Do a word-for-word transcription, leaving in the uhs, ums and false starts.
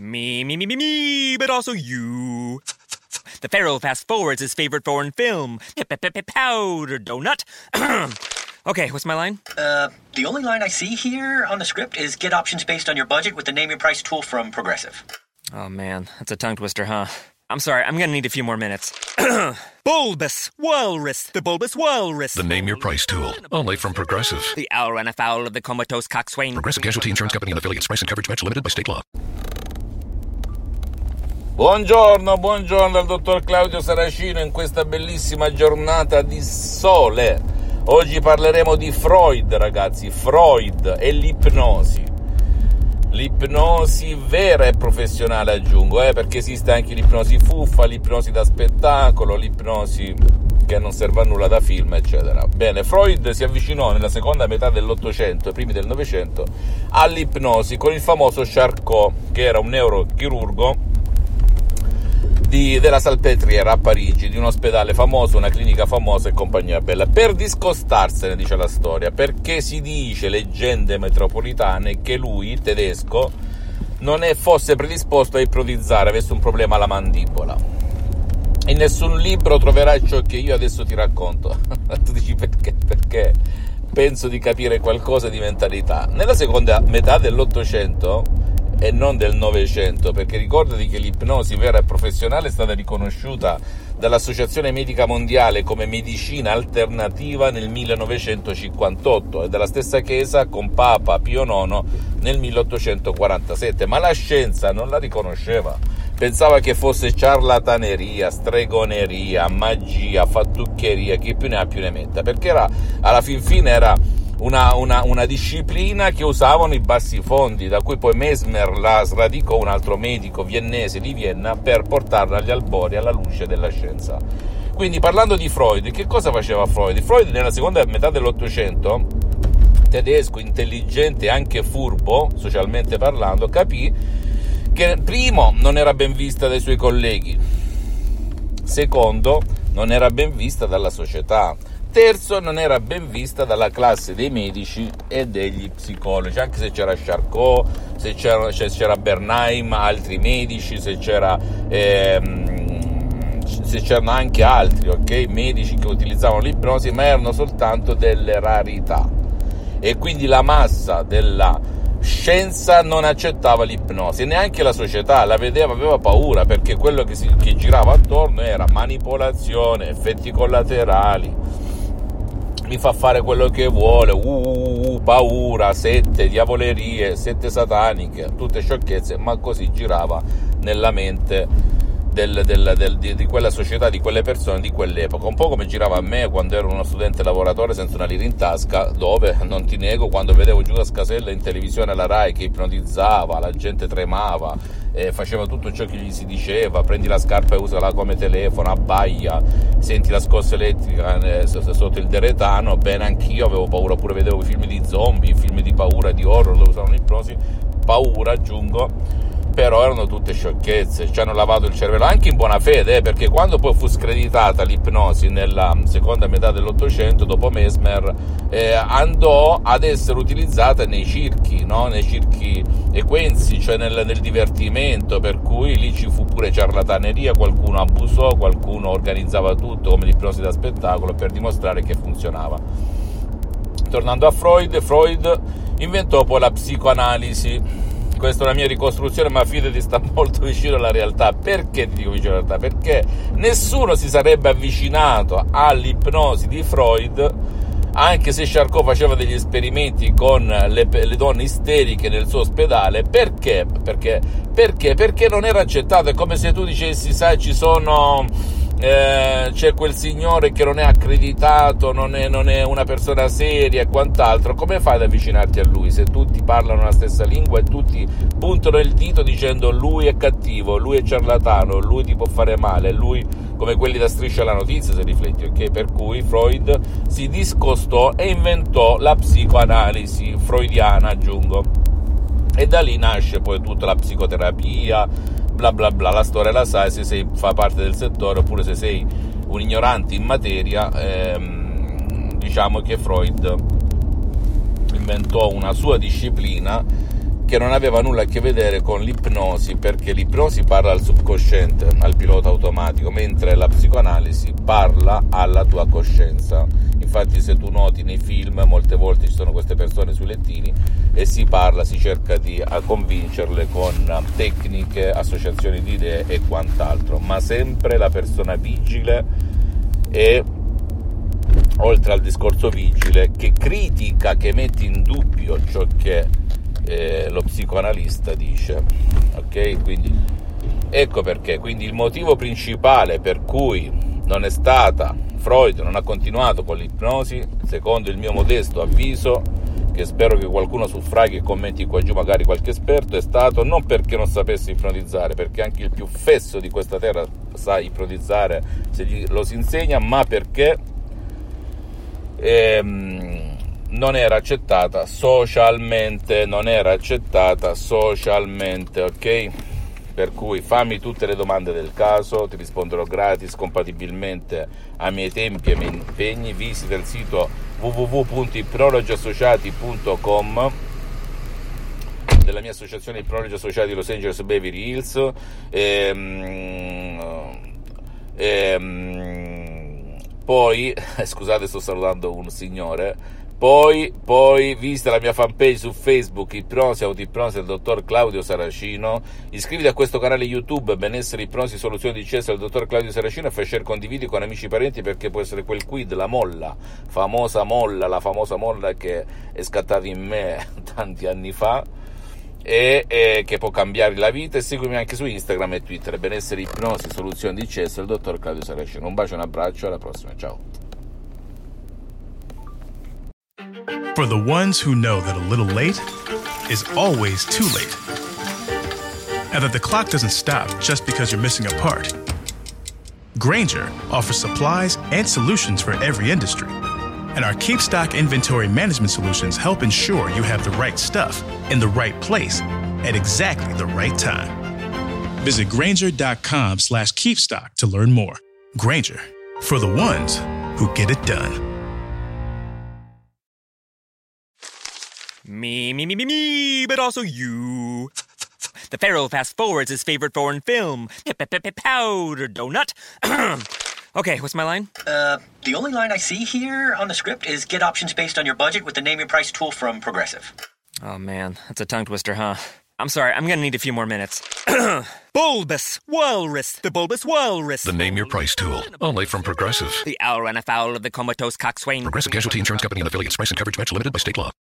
Me, me, me, me, me, but also you. The Pharaoh fast forwards his favorite foreign film, Powder Donut. Okay, what's my line? Uh, the only line I see here on the script is get options based on your budget with the Name Your Price tool from Progressive. Oh man, that's a tongue twister, huh? I'm sorry, I'm gonna need a few more minutes. Bulbous Walrus, the Bulbous Walrus. The Name Your Price tool, only from Progressive. The owl ran afoul of the comatose coxswain. Progressive Casualty Insurance Company and affiliates. Price and coverage match limited by state law. Buongiorno, buongiorno al dottor Claudio Saracino in questa bellissima giornata di sole. Oggi parleremo di Freud, ragazzi, Freud e l'ipnosi. L'ipnosi vera e professionale, aggiungo, eh, perché esiste anche l'ipnosi fuffa, l'ipnosi da spettacolo, l'ipnosi che non serve a nulla da film, eccetera. Bene, Freud si avvicinò nella seconda metà dell'Ottocento e primi del Novecento all'ipnosi con il famoso Charcot, che era un neurochirurgo Di, della Salpêtrière a Parigi, di un ospedale famoso, una clinica famosa e compagnia bella. Per discostarsene, dice la storia, perché si dice, leggende metropolitane, che lui, il tedesco, non è, fosse predisposto a ipnotizzare, avesse un problema alla mandibola. In nessun libro troverai ciò che io adesso ti racconto. Tu dici perché? Perché penso di capire qualcosa di mentalità. Nella seconda metà dell'Ottocento e non del Novecento, perché ricordati che l'ipnosi vera e professionale è stata riconosciuta dall'Associazione Medica Mondiale come medicina alternativa nel millenovecentocinquantotto e dalla stessa Chiesa con Papa Pio nono nel milleottocentoquarantasette, ma la scienza non la riconosceva, pensava che fosse ciarlataneria, stregoneria, magia, fattuccheria, chi più ne ha più ne metta, perché era, alla fin fine era Una, una, una disciplina che usavano i bassi fondi, da cui poi Mesmer la sradicò, un altro medico viennese di Vienna, per portarla agli albori, alla luce della scienza. Quindi, parlando di Freud, che cosa faceva Freud? Freud nella seconda metà dell'Ottocento, tedesco, intelligente e anche furbo, socialmente parlando, capì che primo non era ben vista dai suoi colleghi, secondo non era ben vista dalla società, terzo non era ben vista dalla classe dei medici e degli psicologi, anche se c'era Charcot, se c'era, se c'era Bernheim, altri medici, se c'era ehm, se c'erano anche altri, ok, medici che utilizzavano l'ipnosi, ma erano soltanto delle rarità, e quindi la massa della scienza non accettava l'ipnosi, neanche la società la vedeva, aveva paura, perché quello che, si, che girava attorno era manipolazione, effetti collaterali, mi fa fare quello che vuole, uh, uh, uh, paura, sette, diavolerie, sette sataniche, tutte sciocchezze, ma così girava nella mente del, del, del, di, di quella società, di quelle persone, di quell'epoca, un po' come girava a me quando ero uno studente lavoratore senza una lira in tasca, dove, non ti nego, quando vedevo Giuda Scasella in televisione alla Rai che ipnotizzava, la gente tremava, eh, faceva tutto ciò che gli si diceva, prendi la scarpa e usala come telefono, abbaia, senti la scossa elettrica eh, sotto il deretano. Bene, anch'io avevo paura, pure vedevo film di zombie, film di paura, di horror dove usavano l'ipnosi, paura aggiungo, però erano tutte sciocchezze, ci hanno lavato il cervello anche in buona fede, eh, perché quando poi fu screditata l'ipnosi nella seconda metà dell'Ottocento, dopo Mesmer, eh, andò ad essere utilizzata nei circhi, no? Nei circhi equensi, cioè nel, nel divertimento, per cui lì ci fu pure ciarlataneria, qualcuno abusò, qualcuno organizzava tutto come l'ipnosi da spettacolo per dimostrare che funzionava. Tornando a Freud, Freud inventò poi la psicoanalisi. Questa è una mia ricostruzione, ma fidati, sta molto vicino alla realtà. Perché ti dico vicino alla realtà? Perché nessuno si sarebbe avvicinato all'ipnosi di Freud, anche se Charcot faceva degli esperimenti con le, le donne isteriche nel suo ospedale. Perché? Perché? Perché? Perché non era accettato. È come se tu dicessi, sai, ci sono... Eh, c'è quel signore che non è accreditato, non è, non è una persona seria e quant'altro. Come fai ad avvicinarti a lui se tutti parlano la stessa lingua e tutti puntano il dito dicendo lui è cattivo, lui è ciarlatano, lui ti può fare male, lui, come quelli da Striscia la Notizia, se rifletti, ok? Per cui Freud si discostò e inventò la psicoanalisi freudiana, aggiungo, e da lì nasce poi tutta la psicoterapia, bla bla bla. La storia la sai se sei, fa parte del settore, oppure se sei un ignorante in materia. Ehm, diciamo che Freud inventò una sua disciplina che non aveva nulla a che vedere con l'ipnosi, perché l'ipnosi parla al subconsciente, al pilota automatico, mentre la psicoanalisi parla alla tua coscienza. Infatti se tu noti nei film molte volte ci sono queste persone sui lettini e si parla, si cerca di convincerle con tecniche, associazioni di idee e quant'altro, ma sempre la persona vigile e, oltre al discorso vigile, che critica, che mette in dubbio ciò che eh, lo psicoanalista dice, ok? Quindi ecco perché, quindi il motivo principale per cui non è stata, Freud non ha continuato con l'ipnosi, secondo il mio modesto avviso, che spero che qualcuno suffraghi e commenti qua giù, magari qualche esperto, è stato non perché non sapesse ipnotizzare, perché anche il più fesso di questa terra sa ipnotizzare se gli, lo si insegna, ma perché ehm, non era accettata socialmente, non era accettata socialmente, ok? Per cui fammi tutte le domande del caso, ti risponderò gratis, compatibilmente ai miei tempi e ai miei impegni. Visita il sito w w w punto ipnologi associati punto com della mia associazione Ipnologi Associati Los Angeles Beverly Hills. Ehm, ehm, poi, scusate, sto salutando un signore. Poi, poi visita la mia fanpage su Facebook, Ipnosi, Autoipnosi del dottor Claudio Saracino. Iscriviti a questo canale YouTube, Benessere, Ipnosi, Soluzioni di Cessa del dottor Claudio Saracino, e fai share, condividi con amici e parenti, perché può essere quel quid, la molla, famosa molla, la famosa molla che è scattata in me tanti anni fa e, e che può cambiare la vita. E seguimi anche su Instagram e Twitter, Benessere, Ipnosi, Soluzioni di Cessa del dottor Claudio Saracino. Un bacio, un abbraccio, alla prossima, ciao. For the ones who know that a little late is always too late, and that the clock doesn't stop just because you're missing a part, Grainger offers supplies and solutions for every industry. And our Keep Stock inventory management solutions help ensure you have the right stuff in the right place at exactly the right time. Visit Grainger.com slash keepstock to learn more. Grainger, for the ones who get it done. Me, me, me, me, me, but also you. The Pharaoh fast forwards his favorite foreign film, Powder Donut. Okay, what's my line? Uh, the only line I see here on the script is get options based on your budget with the Name Your Price tool from Progressive. Oh man, that's a tongue twister, huh? I'm sorry, I'm gonna need a few more minutes. Bulbous Walrus, the Bulbous Walrus. The Name Your Price tool, only from Progressive. The owl ran afoul of the comatose coxswain. Progressive Casualty Insurance Company and affiliates. Price and coverage match limited by state law.